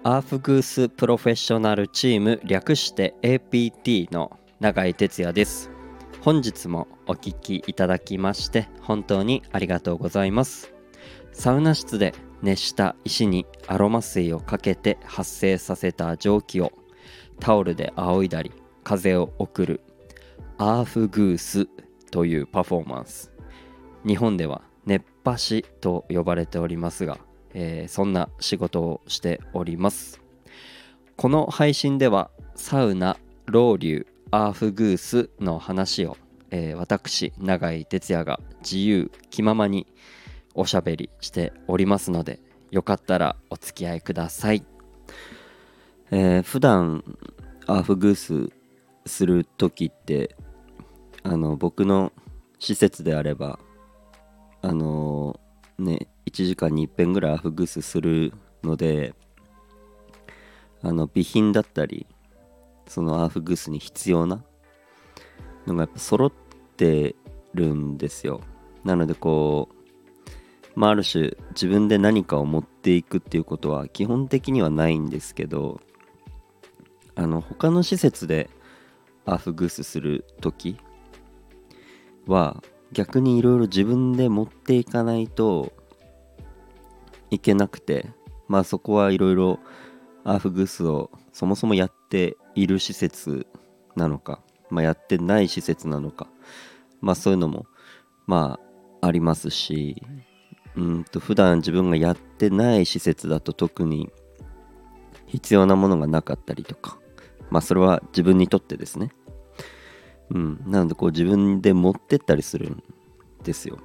アーフグースプロフェッショナルチーム略して APT の永井哲也です。本日もお聞きいただきまして本当にありがとうございます。サウナ室で熱した石にアロマ水をかけて発生させた蒸気をタオルで仰いだり風を送るアーフグースというパフォーマンス、日本では熱波師と呼ばれておりますが、そんな仕事をしております。この配信ではサウナ、ロウリュ、アーフグースの話を、私永井哲也が自由気ままにおしゃべりしておりますので、よかったらお付き合いください。普段アーフグースする時って僕の施設であれば1時間に1遍ぐらいアーフグースするので、備品だったりそのアーフグースに必要なのがやっぱ揃ってるんですよ。なのである種自分で何かを持っていくっていうことは基本的にはないんですけど、他の施設でアーフグースする時は逆にいろいろ自分で持っていかないといけなくて、そこはいろいろアーフグースをそもそもやっている施設なのか、やってない施設なのか、そういうのもありますし、普段自分がやってない施設だと特に必要なものがなかったりとか、それは自分にとってですね。なので自分で持ってったりするんですよ。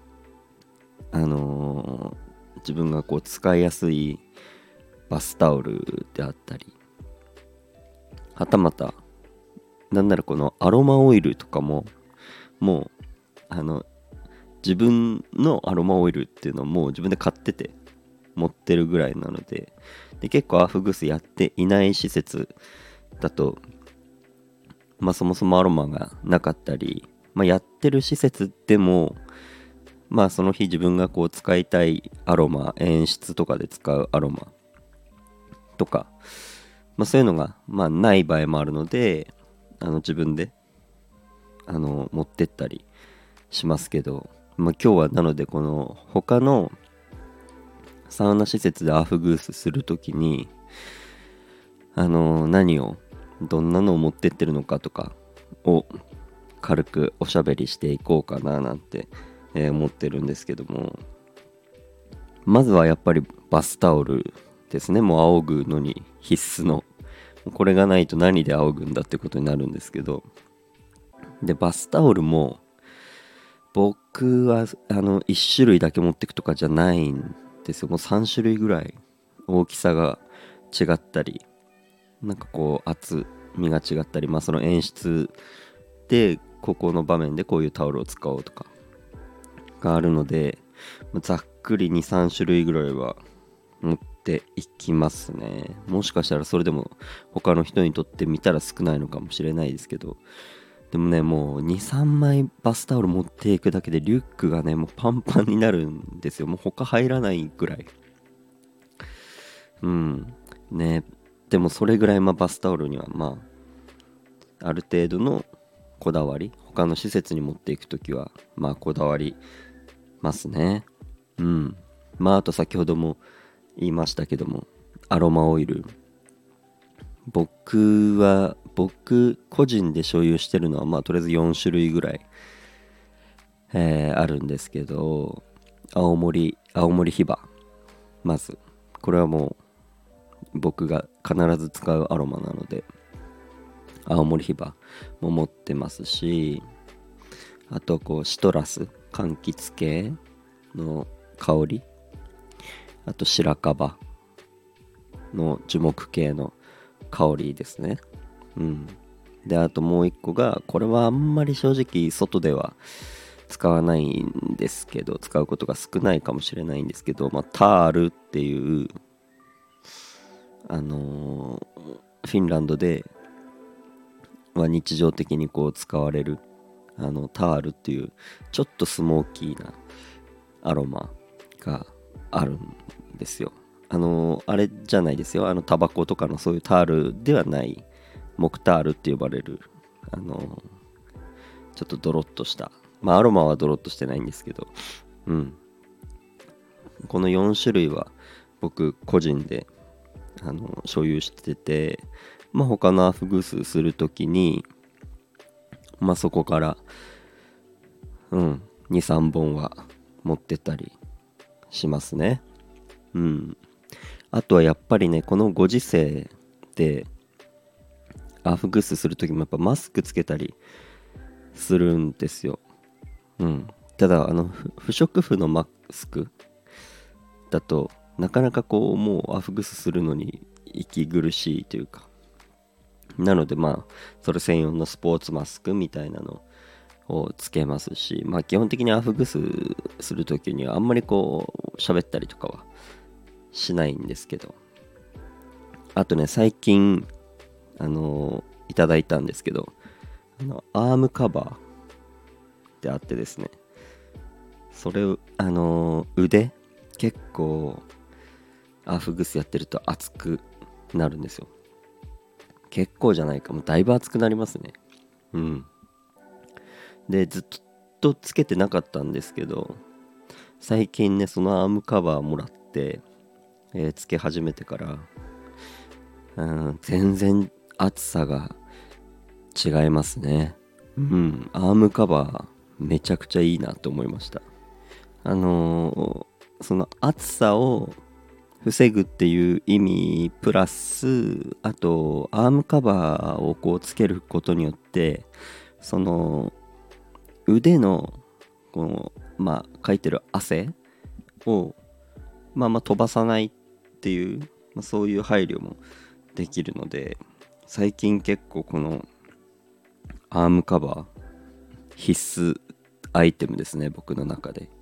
自分が使いやすいバスタオルであったり、はたまたなんならこのアロマオイルとかももう自分のアロマオイルっていうのをもう自分で買ってて持ってるぐらいなので、結構アーフグースやっていない施設だとそもそもアロマがなかったり、やってる施設でもその日自分が使いたいアロマ、演出とかで使うアロマとか、そういうのがない場合もあるので、自分で持ってったりしますけど、今日はなのでこの他のサウナ施設でアーフグースするときに何をどんなのを持ってってるのかとかを軽くおしゃべりしていこうかななんて、思ってるんですけども、まずはやっぱりバスタオルですね。もう仰ぐのに必須の、これがないと何で仰ぐんだってことになるんですけど、でバスタオルも僕は1種類だけ持ってくとかじゃないんですよ。もう3種類ぐらい大きさが違ったり、厚みが違ったり、その演出でここの場面でこういうタオルを使おうとかがあるので、ざっくり 2,3 種類ぐらいは持っていきますね。もしかしたらそれでも他の人にとってみたら少ないのかもしれないですけど、でもね、もう 2,3 枚バスタオル持っていくだけでリュックがねもうパンパンになるんですよ。もう他入らないぐらい。ね、でもそれぐらいバスタオルにはある程度のこだわり、他の施設に持っていくときはこだわりますね。あと先ほども言いましたけども、アロマオイル、僕個人で所有してるのはとりあえず4種類ぐらい、あるんですけど、青森ヒバ、まずこれはもう僕が必ず使うアロマなので青森ヒバも持ってますし、あとシトラス、柑橘系の香り、あと白樺の樹木系の香りですね。であともう一個が、これはあんまり正直外では使わないんですけど、使うことが少ないかもしれないんですけど、タールっていうフィンランドでは日常的に使われるタールっていうちょっとスモーキーなアロマがあるんですよ。 あれじゃないですよ。タバコとかのそういうタールではない、木タールって呼ばれる、ちょっとドロッとした、まあアロマはドロッとしてないんですけど、この4種類は僕個人で所有してて、まあ他のアフグスするときに、まあそこから2、3本は持ってたりしますね。あとはやっぱりね、このご時世でアフグスするときもやっぱマスクつけたりするんですよ。ただ不織布のマスクだとなかなかこうもうアフグスするのに息苦しいというか、なのでまあそれ専用のスポーツマスクみたいなのをつけますし、まあ基本的にアフグスするときにはあんまりこう喋ったりとかはしないんですけど、あとね最近いただいたんですけど、アームカバーってあってですね、それを腕結構アフグスやってると熱くなるんですよ。結構じゃないかも、だいぶ熱くなりますね。でずっとつけてなかったんですけど、最近ねそのアームカバーもらって、つけ始めてから、全然熱さが違いますね。アームカバーめちゃくちゃいいなと思いました。その熱さを防ぐっていう意味プラス、あとアームカバーをこうつけることによって、その腕のこのまあかいてる汗をまあ飛ばさないっていう、そういう配慮もできるので、最近結構このアームカバー必須アイテムですね、僕の中で。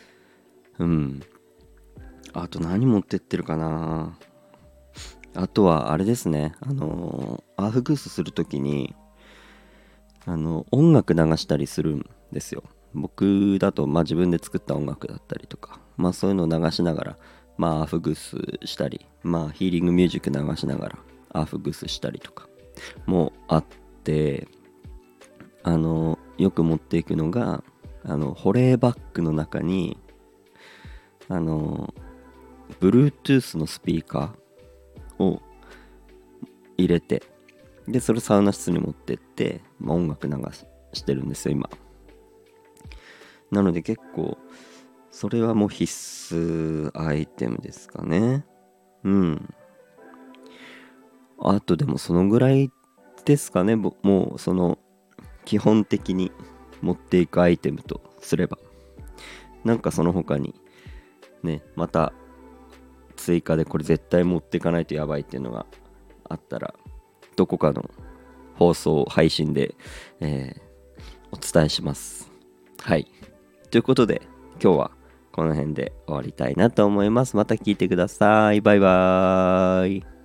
あと何持ってってるかな。あとはあれですね、アーフグースするときに音楽流したりするんですよ。僕だと自分で作った音楽だったりとか、そういうのを流しながらアーフグースしたり、ヒーリングミュージック流しながらアーフグースしたりとかもあって、よく持っていくのが保冷バッグの中にBluetooth のスピーカーを入れて、でそれサウナ室に持ってって、音楽流してるんですよ今。なので結構それはもう必須アイテムですかね。あとでもそのぐらいですかね。もうその基本的に持っていくアイテムとすれば、なんかその他にね、また追加でこれ絶対持っていかないとやばいっていうのがあったら、どこかの放送配信で、お伝えします。はい、ということで今日はこの辺で終わりたいなと思います。また聞いてください。バイバーイ。